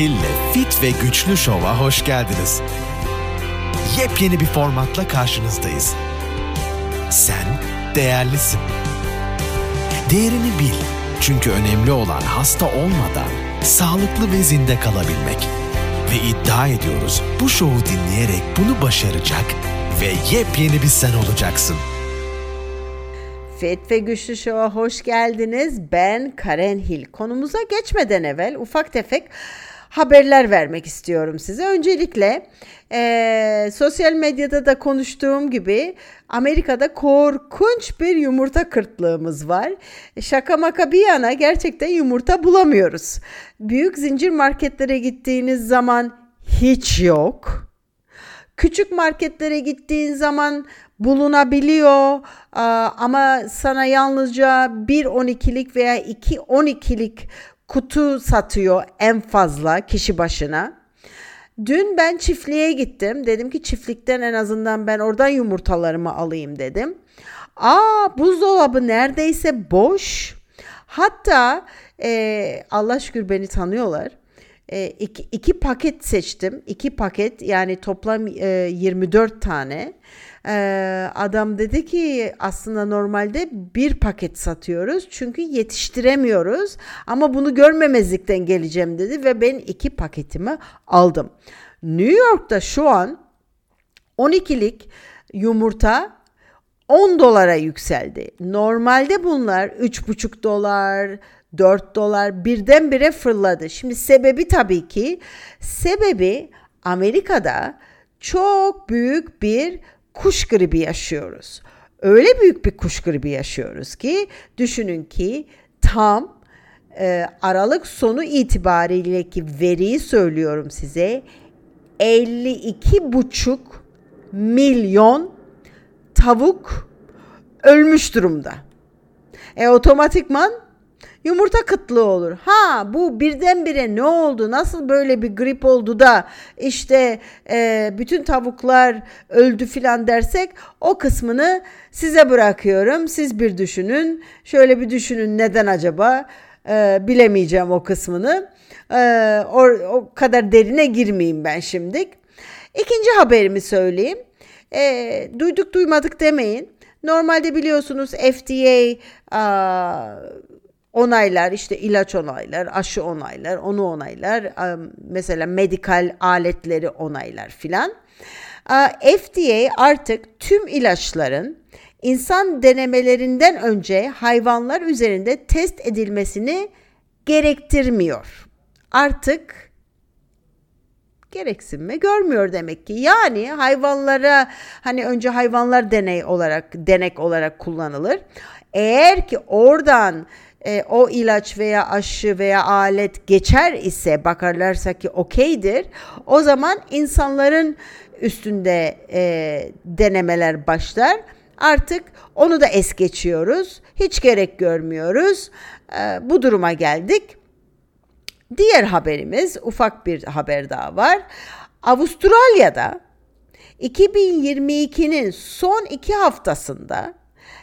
Hill'le Fit ve Güçlü Şov'a hoş geldiniz. Yepyeni bir formatla karşınızdayız. Sen değerlisin. Değerini bil. Çünkü önemli olan hasta olmadan sağlıklı ve zinde kalabilmek. Ve iddia ediyoruz bu şovu dinleyerek bunu başaracak ve yepyeni bir sen olacaksın. Fit ve Güçlü Şov'a hoş geldiniz. Ben Karen Hill. Konumuza geçmeden evvel ufak tefek haberler vermek istiyorum size. Öncelikle sosyal medyada da konuştuğum gibi Amerika'da korkunç bir yumurta kıtlığımız var. Şaka maka bir yana gerçekten yumurta bulamıyoruz. Büyük zincir marketlere gittiğiniz zaman hiç yok. Küçük marketlere gittiğin zaman bulunabiliyor ama sana yalnızca 1.12'lik veya 2.12'lik kutu satıyor en fazla kişi başına. Dün ben çiftliğe gittim. Dedim ki çiftlikten en azından ben oradan yumurtalarımı alayım dedim. Buzdolabı neredeyse boş. Hatta Allah şükür beni tanıyorlar. İki paket seçtim. 2 paket yani toplam 24 tane. Adam dedi ki aslında normalde 1 paket satıyoruz çünkü yetiştiremiyoruz ama bunu görmemezlikten geleceğim dedi ve ben 2 paketimi aldım. New York'ta şu an 12'lik yumurta $10 yükseldi. Normalde bunlar $3,5, $4 birdenbire fırladı. Şimdi sebebi Amerika'da çok büyük bir kuş gribi yaşıyoruz. Öyle büyük bir kuş gribi yaşıyoruz ki düşünün ki tam Aralık sonu itibariyeki veriyi söylüyorum size 52,5 milyon tavuk ölmüş durumda. Otomatikman yumurta kıtlığı olur. Bu birdenbire ne oldu? Nasıl böyle bir grip oldu da işte bütün tavuklar öldü filan dersek o kısmını size bırakıyorum. Siz bir düşünün. Şöyle bir düşünün neden acaba? Bilemeyeceğim o kısmını. O kadar derine girmeyeyim ben şimdi. İkinci haberimi söyleyeyim. Duyduk duymadık demeyin. Normalde biliyorsunuz FDA onaylar, işte ilaç onaylar, aşı onaylar, onu onaylar, mesela medikal aletleri onaylar filan. FDA artık tüm ilaçların insan denemelerinden önce hayvanlar üzerinde test edilmesini gerektirmiyor. Artık gereksinme görmüyor demek ki. Yani hayvanlara önce hayvanlar denek olarak kullanılır. Eğer ki oradan o ilaç veya aşı veya alet geçer ise bakarlarsa ki okeydir. O zaman insanların üstünde denemeler başlar. Artık onu da es geçiyoruz. Hiç gerek görmüyoruz. Bu duruma geldik. Diğer haberimiz, ufak bir haber daha var. Avustralya'da 2022'nin son 2 haftasında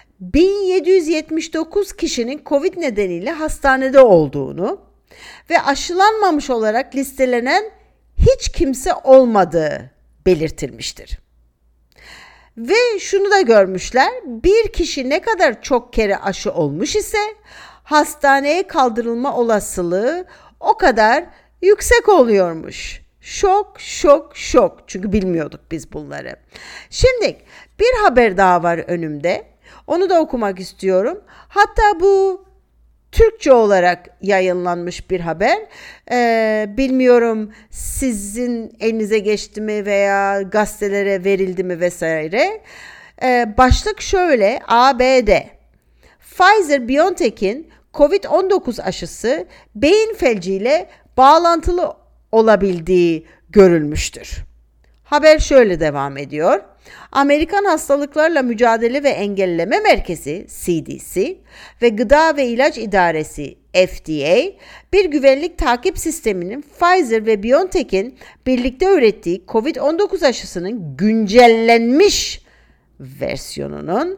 1779 kişinin Covid nedeniyle hastanede olduğunu ve aşılanmamış olarak listelenen hiç kimse olmadığı belirtilmiştir. Ve şunu da görmüşler, bir kişi ne kadar çok kere aşı olmuş ise hastaneye kaldırılma olasılığı o kadar yüksek oluyormuş. Şok. Çünkü bilmiyorduk biz bunları. Şimdi bir haber daha var önümde. Onu da okumak istiyorum. Hatta bu Türkçe olarak yayınlanmış bir haber. Bilmiyorum sizin elinize geçti mi veya gazetelere verildi mi vesaire. Başlık şöyle: ABD Pfizer-BioNTech'in Covid-19 aşısı beyin felciyle bağlantılı olabildiği görülmüştür. Haber şöyle devam ediyor. Amerikan Hastalıklarla Mücadele ve Engelleme Merkezi CDC ve Gıda ve İlaç İdaresi FDA bir güvenlik takip sisteminin Pfizer ve BioNTech'in birlikte ürettiği Covid-19 aşısının güncellenmiş versiyonunun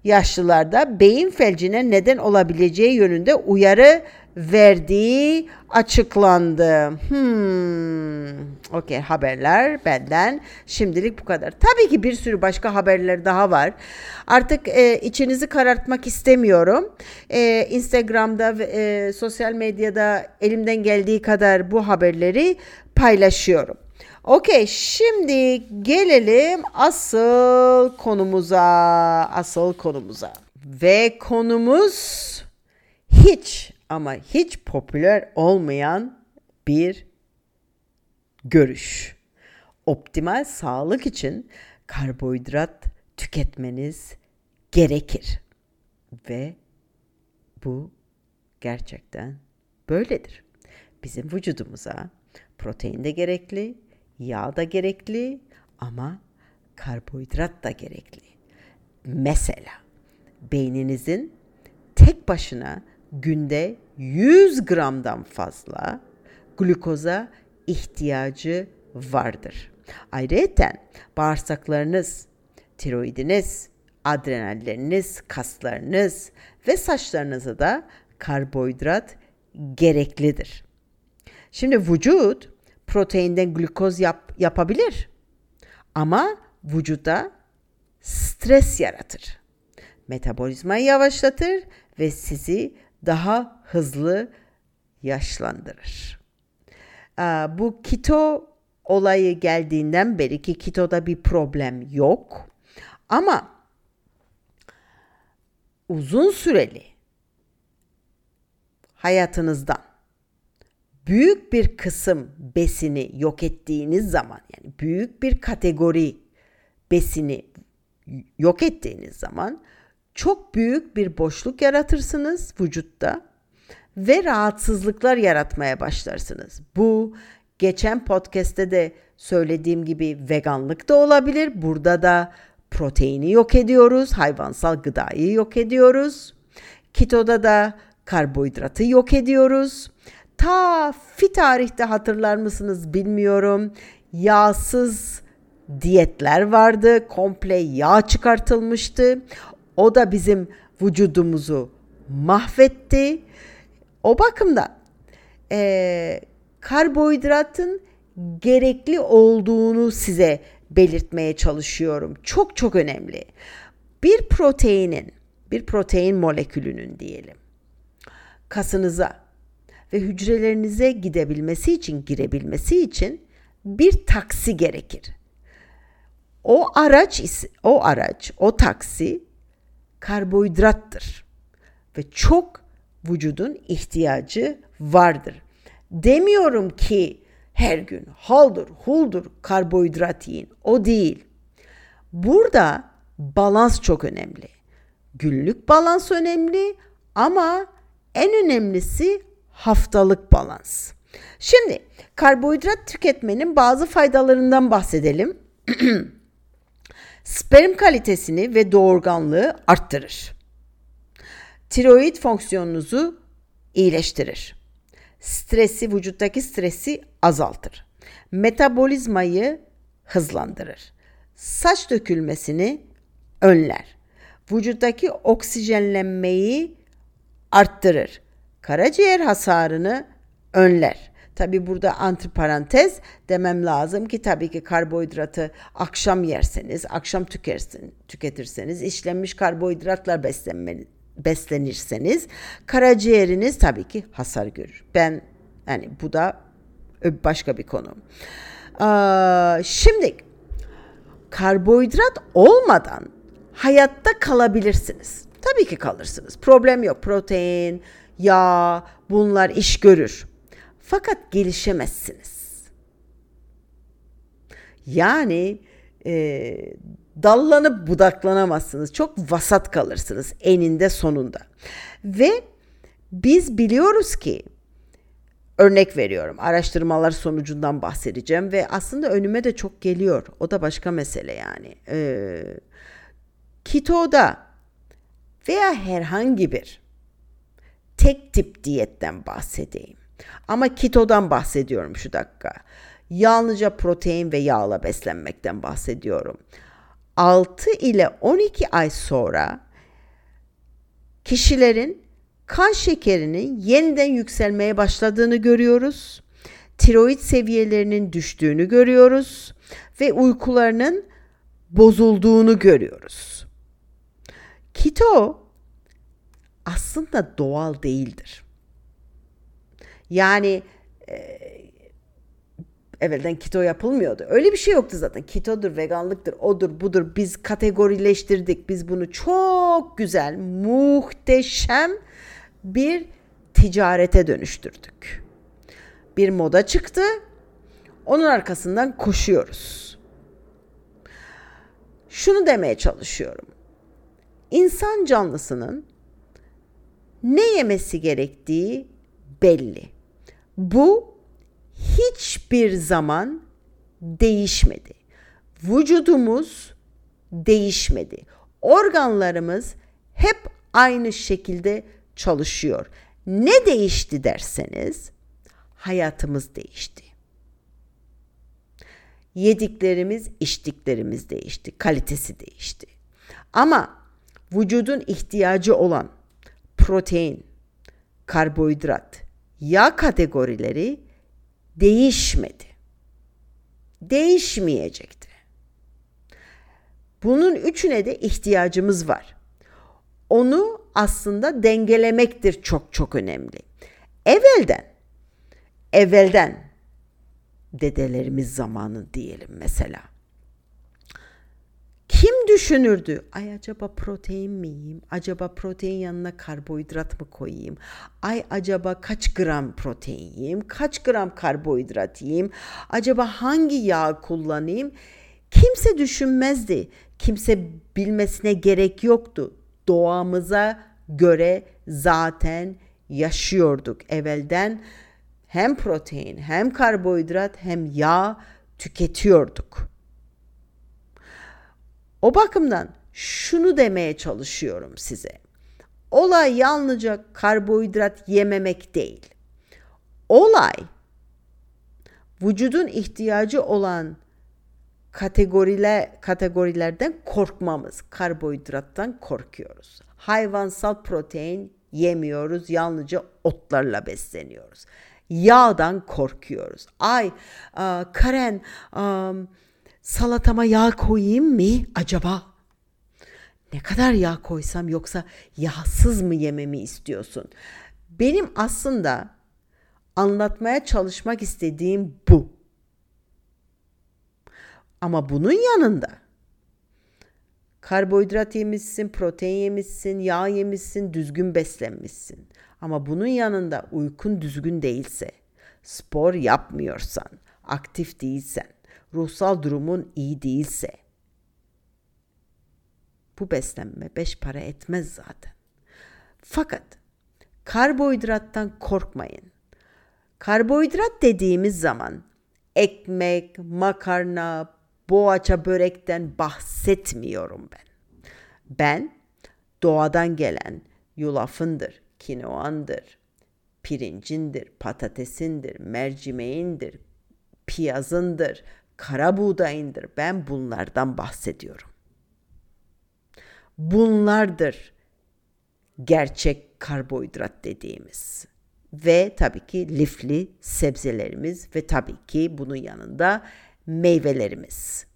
yaşlılarda beyin felcine neden olabileceği yönünde uyarı verdiği açıklandı. Okey, haberler benden şimdilik bu kadar. Tabii ki bir sürü başka haberler daha var. Artık içinizi karartmak istemiyorum. Instagram'da ve sosyal medyada elimden geldiği kadar bu haberleri paylaşıyorum. Okey, şimdi gelelim asıl konumuza. Ve konumuz hiç ama hiç popüler olmayan bir görüş. Optimal sağlık için karbonhidrat tüketmeniz gerekir. Ve bu gerçekten böyledir. Bizim vücudumuza protein de gerekli, yağ da gerekli ama karbonhidrat da gerekli. Mesela beyninizin tek başına günde 100 gramdan fazla glukoza ihtiyacı vardır. Ayrıca bağırsaklarınız, tiroidiniz, adrenalleriniz, kaslarınız ve saçlarınıza da karbonhidrat gereklidir. Şimdi vücut proteinden glukoz yapabilir ama vücuda stres yaratır. Metabolizmayı yavaşlatır ve sizi daha hızlı yaşlandırır. Bu keto olayı geldiğinden beri ki ketoda bir problem yok ama uzun süreli hayatınızdan büyük bir kısım besini yok ettiğiniz zaman, yani büyük bir kategori besini yok ettiğiniz zaman çok büyük bir boşluk yaratırsınız vücutta ve rahatsızlıklar yaratmaya başlarsınız. Bu geçen podcast'te de söylediğim gibi veganlık da olabilir. Burada da proteini yok ediyoruz, hayvansal gıdayı yok ediyoruz. Ketoda da karbonhidratı yok ediyoruz. Ta tarihte hatırlar mısınız bilmiyorum. Yağsız diyetler vardı. Komple yağ çıkartılmıştı. O da bizim vücudumuzu mahvetti. O bakımdan karbonhidratın gerekli olduğunu size belirtmeye çalışıyorum. Çok çok önemli. Bir protein molekülünün diyelim, kasınıza ve hücrelerinize girebilmesi için bir taksi gerekir. O taksi karbonhidrattır ve çok vücudun ihtiyacı vardır. Demiyorum ki her gün haldır huldur karbonhidrat yiyin. O değil. Burada balans çok önemli. Günlük balans önemli ama en önemlisi haftalık balans. Şimdi karbonhidrat tüketmenin bazı faydalarından bahsedelim. Sperm kalitesini ve doğurganlığı arttırır. Tiroid fonksiyonunuzu iyileştirir. Vücuttaki stresi azaltır. Metabolizmayı hızlandırır. Saç dökülmesini önler. Vücuttaki oksijenlenmeyi arttırır. Karaciğer hasarını önler. Tabi burada antiparantez demem lazım ki tabii ki karbonhidratı akşam yerseniz, akşam tüketirseniz, işlenmiş karbonhidratlar beslenirseniz karaciğeriniz tabii ki hasar görür. Bu da başka bir konu. Şimdi karbonhidrat olmadan hayatta kalabilirsiniz. Tabii ki kalırsınız. Problem yok. Protein, yağ, bunlar iş görür. Fakat gelişemezsiniz. Yani dallanıp budaklanamazsınız. Çok vasat kalırsınız eninde sonunda. Ve biz biliyoruz ki, örnek veriyorum, araştırmalar sonucundan bahsedeceğim ve aslında önüme de çok geliyor. O da başka mesele yani. Ketoda veya herhangi bir tek tip diyetten bahsedeyim. Ama ketodan bahsediyorum şu dakika. Yalnızca protein ve yağla beslenmekten bahsediyorum. 6 ile 12 ay sonra kişilerin kan şekerinin yeniden yükselmeye başladığını görüyoruz. Tiroid seviyelerinin düştüğünü görüyoruz ve uykularının bozulduğunu görüyoruz. Keto aslında doğal değildir. Yani evvelden keto yapılmıyordu. Öyle bir şey yoktu zaten. Ketodur, veganlıktır, odur, budur. Biz kategorileştirdik. Biz bunu çok güzel, muhteşem bir ticarete dönüştürdük. Bir moda çıktı. Onun arkasından koşuyoruz. Şunu demeye çalışıyorum. İnsan canlısının ne yemesi gerektiği belli. Bu hiçbir zaman değişmedi. Vücudumuz değişmedi. Organlarımız hep aynı şekilde çalışıyor. Ne değişti derseniz, hayatımız değişti. Yediklerimiz, içtiklerimiz değişti. Kalitesi değişti. Ama vücudun ihtiyacı olan protein, karbonhidrat, yağ kategorileri değişmedi. Değişmeyecekti. Bunun üçüne de ihtiyacımız var. Onu aslında dengelemektir çok çok önemli. Evvelden dedelerimiz zamanı diyelim mesela. Kim düşünürdü? Ay acaba protein mi yiyeyim? Acaba protein yanına karbonhidrat mı koyayım? Ay acaba kaç gram protein yiyeyim? Kaç gram karbonhidrat yiyeyim? Acaba hangi yağ kullanayım? Kimse düşünmezdi. Kimse bilmesine gerek yoktu. Doğamıza göre zaten yaşıyorduk. Evvelden hem protein, hem karbonhidrat, hem yağ tüketiyorduk. O bakımdan şunu demeye çalışıyorum size. Olay yalnızca karbonhidrat yememek değil. Olay vücudun ihtiyacı olan kategorilerden korkmamız. Karbonhidrattan korkuyoruz. Hayvansal protein yemiyoruz. Yalnızca otlarla besleniyoruz. Yağdan korkuyoruz. Karen, salatama yağ koyayım mı acaba? Ne kadar yağ koysam, yoksa yağsız mı yememi istiyorsun? Benim aslında anlatmaya çalışmak istediğim bu. Ama bunun yanında karbonhidrat yemişsin, protein yemişsin, yağ yemişsin, düzgün beslenmişsin. Ama bunun yanında uykun düzgün değilse, spor yapmıyorsan, aktif değilsen, ruhsal durumun iyi değilse, bu beslenme 5 para etmez zaten. Fakat karbonhidrattan korkmayın. Karbonhidrat dediğimiz zaman ekmek, makarna, poğaça, börekten bahsetmiyorum ben. Ben doğadan gelen yulafındır, kinoandır, pirincindir, patatesindir, mercimeğindir, piyazındır, kara buğdayındır. Ben bunlardan bahsediyorum. Bunlardır gerçek karbonhidrat dediğimiz. Ve tabii ki lifli sebzelerimiz ve tabii ki bunun yanında meyvelerimiz.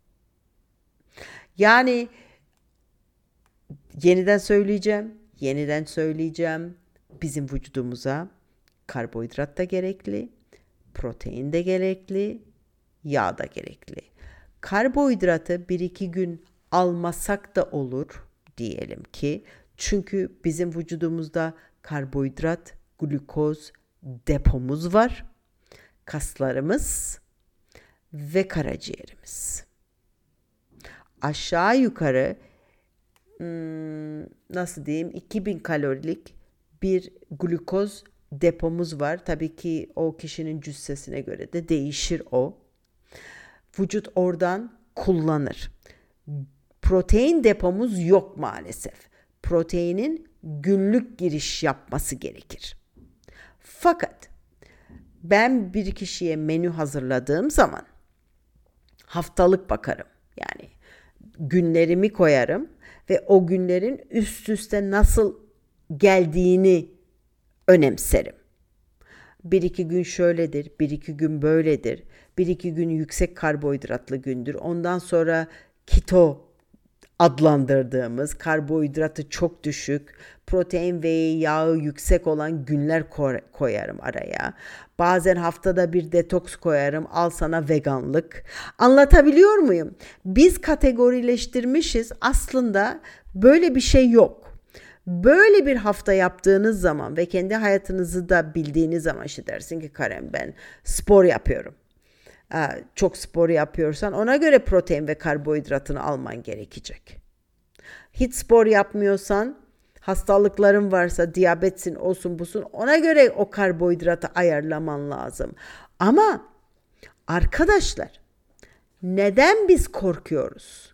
Yani yeniden söyleyeceğim. Bizim vücudumuza karbonhidrat da gerekli, protein de gerekli, yağ da gerekli. Karbonhidratı 1-2 gün almasak da olur diyelim ki. Çünkü bizim vücudumuzda karbonhidrat, glukoz depomuz var. Kaslarımız ve karaciğerimiz. Aşağı yukarı 2000 kalorilik bir glukoz depomuz var. Tabii ki o kişinin cüssesine göre de değişir o. Vücut oradan kullanır. Protein depomuz yok maalesef. Proteinin günlük giriş yapması gerekir. Fakat ben bir kişiye menü hazırladığım zaman haftalık bakarım. Yani günlerimi koyarım ve o günlerin üst üste nasıl geldiğini önemserim. Bir iki gün şöyledir, bir iki gün böyledir. Bir iki gün yüksek karbonhidratlı gündür. Ondan sonra keto adlandırdığımız karbonhidratı çok düşük, protein ve yağı yüksek olan günler koyarım araya. Bazen haftada bir detoks koyarım. Al sana veganlık. Anlatabiliyor muyum? Biz kategorileştirmişiz. Aslında böyle bir şey yok. Böyle bir hafta yaptığınız zaman ve kendi hayatınızı da bildiğiniz zaman işte dersin ki Karen ben spor yapıyorum. Çok spor yapıyorsan ona göre protein ve karbonhidratını alman gerekecek. Hiç spor yapmıyorsan, hastalıkların varsa, diyabetsin, olsun busun, ona göre o karbonhidratı ayarlaman lazım. Ama arkadaşlar, neden biz korkuyoruz?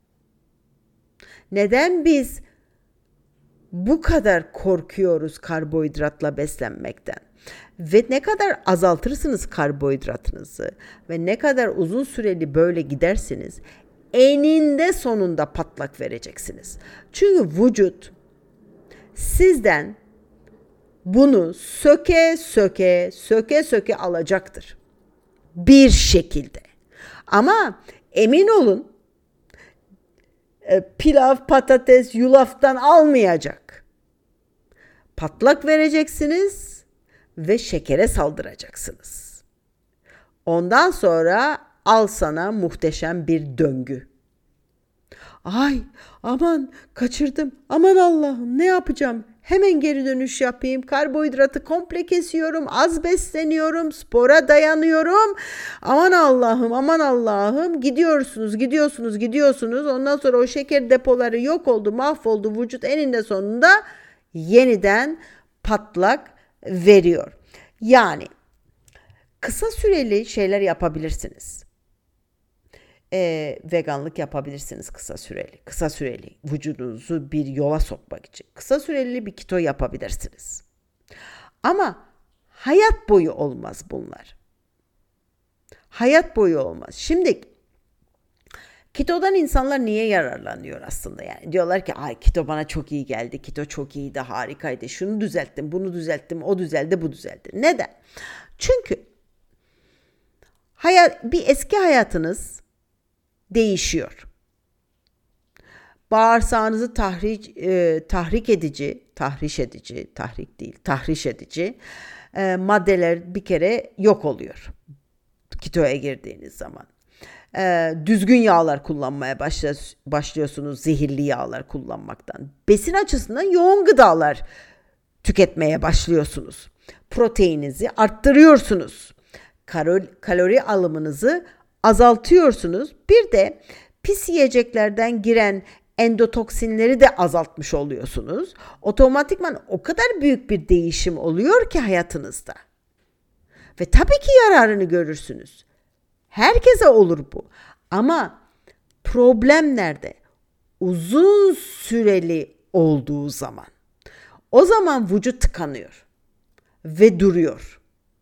Neden biz bu kadar korkuyoruz karbonhidratla beslenmekten? Ve ne kadar azaltırsınız karbonhidratınızı ve ne kadar uzun süreli böyle gidersiniz, eninde sonunda patlak vereceksiniz. Çünkü vücut sizden bunu söke söke alacaktır. Bir şekilde. Ama emin olun pilav, patates, yulaftan almayacak. Patlak vereceksiniz ve şekere saldıracaksınız. Ondan sonra al sana muhteşem bir döngü. Ay aman kaçırdım, aman Allah'ım ne yapacağım? Hemen geri dönüş yapayım, karbonhidratı komple kesiyorum, az besleniyorum, spora dayanıyorum. Aman Allah'ım gidiyorsunuz. Ondan sonra o şeker depoları yok oldu, mahvoldu, vücut eninde sonunda yeniden patlak veriyor. Yani kısa süreli şeyler yapabilirsiniz. Veganlık yapabilirsiniz kısa süreli vücudunuzu bir yola sokmak için. Kısa süreli bir keto yapabilirsiniz. Ama hayat boyu olmaz bunlar. Hayat boyu olmaz. Şimdi ketodan insanlar niye yararlanıyor aslında yani? Diyorlar ki ay keto bana çok iyi geldi. Keto çok iyiydi, harikaydı. Şunu düzelttim, bunu düzelttim, o düzeldi, bu düzeldi. Neden? Çünkü bir eski hayatınız değişiyor. Bağırsağınızı tahriş edici maddeler bir kere yok oluyor. Ketoya girdiğiniz zaman. Düzgün yağlar kullanmaya başlıyorsunuz zehirli yağlar kullanmaktan. Besin açısından yoğun gıdalar tüketmeye başlıyorsunuz. Proteininizi arttırıyorsunuz. Kalori alımınızı azaltıyorsunuz. Bir de pis yiyeceklerden giren endotoksinleri de azaltmış oluyorsunuz. Otomatikman o kadar büyük bir değişim oluyor ki hayatınızda. Ve tabii ki yararını görürsünüz. Herkese olur bu. Ama problem nerede? Uzun süreli olduğu zaman. O zaman vücut tıkanıyor ve duruyor.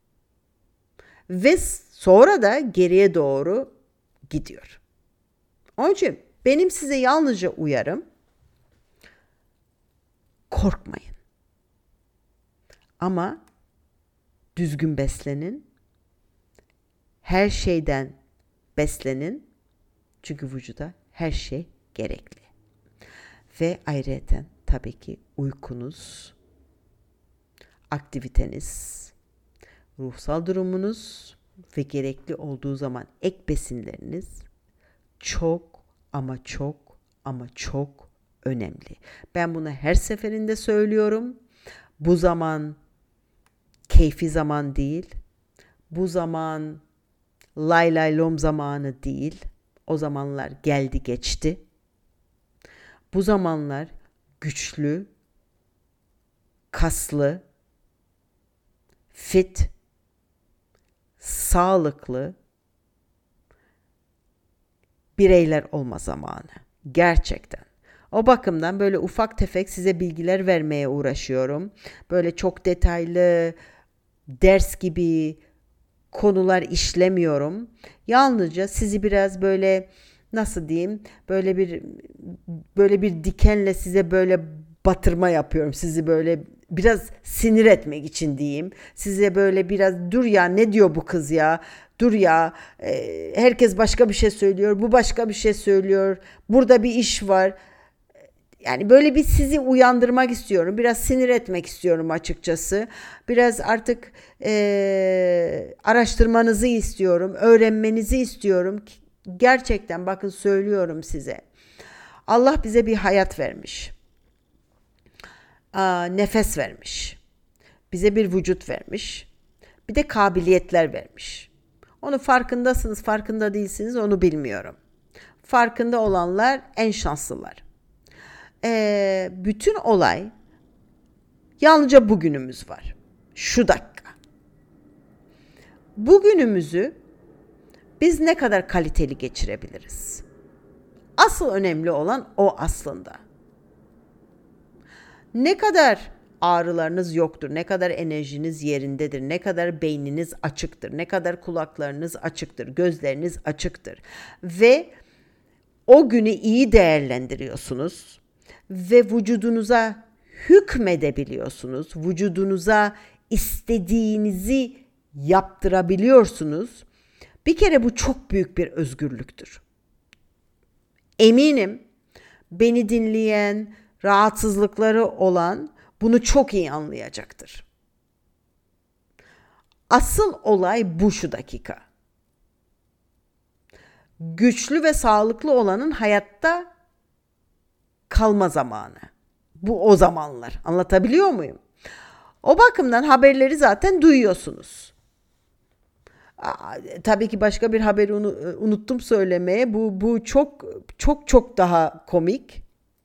Ve sonra da geriye doğru gidiyor. Onun için benim size yalnızca uyarım, korkmayın. Ama düzgün beslenin. Her şeyden beslenin. Çünkü vücuda her şey gerekli. Ve ayrıca tabii ki uykunuz, aktiviteniz, ruhsal durumunuz ve gerekli olduğu zaman ek besinleriniz çok önemli. Ben bunu her seferinde söylüyorum. Bu zaman keyfi zaman değil. Bu zaman lay lay lom zamanı değil. O zamanlar geldi geçti. Bu zamanlar güçlü, kaslı, fit, sağlıklı bireyler olma zamanı. Gerçekten. O bakımdan böyle ufak tefek size bilgiler vermeye uğraşıyorum. Böyle çok detaylı ders gibi konular işlemiyorum. Yalnızca sizi biraz böyle nasıl diyeyim böyle bir dikenle size böyle batırma yapıyorum. Sizi böyle biraz sinir etmek için diyeyim. Size böyle biraz dur ya, ne diyor bu kız ya? Dur ya, herkes başka bir şey söylüyor. Bu başka bir şey söylüyor. Burada bir iş var. Yani böyle bir sizi uyandırmak istiyorum. Biraz sinir etmek istiyorum açıkçası. Biraz artık araştırmanızı istiyorum. Öğrenmenizi istiyorum. Gerçekten bakın söylüyorum size. Allah bize bir hayat vermiş. Nefes vermiş. Bize bir vücut vermiş. Bir de kabiliyetler vermiş. Onu farkındasınız, farkında değilsiniz, onu bilmiyorum. Farkında olanlar en şanslılar. Bütün olay yalnızca bugünümüz var. Şu dakika. Bugünümüzü biz ne kadar kaliteli geçirebiliriz? Asıl önemli olan o aslında. Ne kadar ağrılarınız yoktur, ne kadar enerjiniz yerindedir, ne kadar beyniniz açıktır, ne kadar kulaklarınız açıktır, gözleriniz açıktır ve o günü iyi değerlendiriyorsunuz ve vücudunuza hükmedebiliyorsunuz, vücudunuza istediğinizi yaptırabiliyorsunuz. Bir kere bu çok büyük bir özgürlüktür. Eminim beni dinleyen, rahatsızlıkları olan bunu çok iyi anlayacaktır. Asıl olay bu şu dakika. Güçlü ve sağlıklı olanın hayatta kalma zamanı. Bu o zamanlar. Anlatabiliyor muyum? O bakımdan haberleri zaten duyuyorsunuz. Tabii ki başka bir haberi unuttum söylemeye. Bu çok daha komik.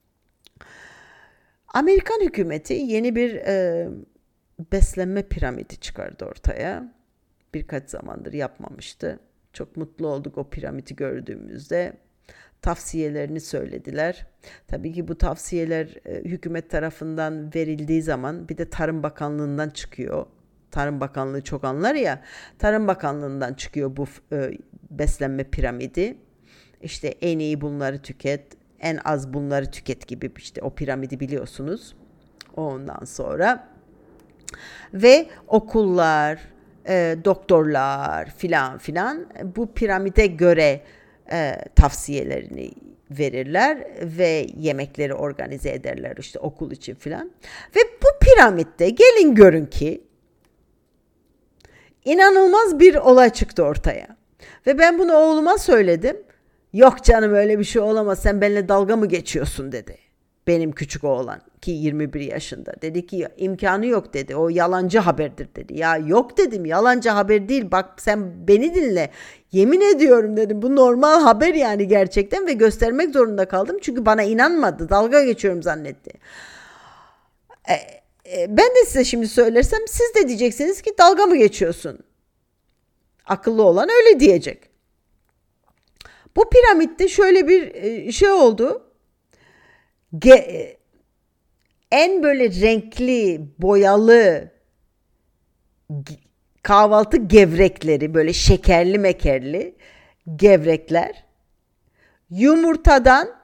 Amerikan hükümeti yeni bir beslenme piramidi çıkardı ortaya. Birkaç zamandır yapmamıştı. Çok mutlu olduk o piramidi gördüğümüzde. Tavsiyelerini söylediler. Tabii ki bu tavsiyeler hükümet tarafından verildiği zaman bir de Tarım Bakanlığı'ndan çıkıyor. Tarım Bakanlığı çok anlar ya. Tarım Bakanlığı'ndan çıkıyor bu beslenme piramidi. İşte en iyi bunları tüket, en az bunları tüket gibi işte o piramidi biliyorsunuz. Ondan sonra ve okullar, doktorlar filan bu piramide göre tavsiyelerini verirler ve yemekleri organize ederler işte okul için filan. Ve bu piramitte gelin görün ki inanılmaz bir olay çıktı ortaya. Ve ben bunu oğluma söyledim. Yok canım öyle bir şey olamaz, sen benimle dalga mı geçiyorsun dedi. Benim küçük oğlan ki 21 yaşında. Dedi ki imkanı yok dedi, o yalancı haberdir dedi. Ya yok dedim, yalancı haber değil, bak sen beni dinle. Yemin ediyorum dedim, bu normal haber yani gerçekten ve göstermek zorunda kaldım. Çünkü bana inanmadı, dalga geçiyorum zannetti. Ben de size şimdi söylersem siz de diyeceksiniz ki dalga mı geçiyorsun? Akıllı olan öyle diyecek. Bu piramitte şöyle bir şey oldu. En böyle renkli, boyalı kahvaltı gevrekleri, böyle şekerli mekerli gevrekler yumurtadan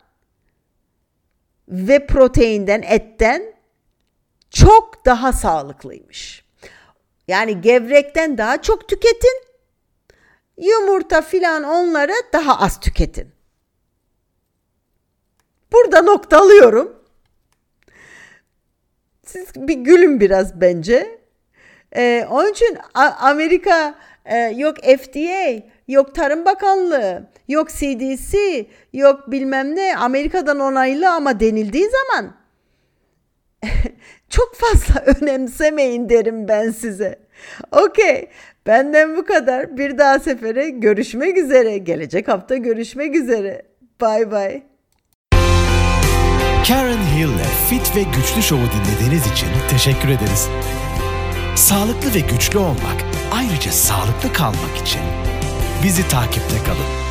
ve proteinden, etten çok daha sağlıklıymış. Yani gevrekten daha çok tüketin, yumurta filan onları daha az tüketin. Burada noktalıyorum. Siz bir gülün biraz bence. Onun için Amerika yok FDA, yok Tarım Bakanlığı, yok CDC, yok bilmem ne, Amerika'dan onaylı ama denildiği zaman çok fazla önemsemeyin derim ben size. Okey, benden bu kadar. Bir daha sefere görüşmek üzere. Gelecek hafta görüşmek üzere. Bye bye. Karen Hill'le Fit ve Güçlü Show'u dinlediğiniz için teşekkür ederiz. Sağlıklı ve güçlü olmak, ayrıca sağlıklı kalmak için bizi takipte kalın.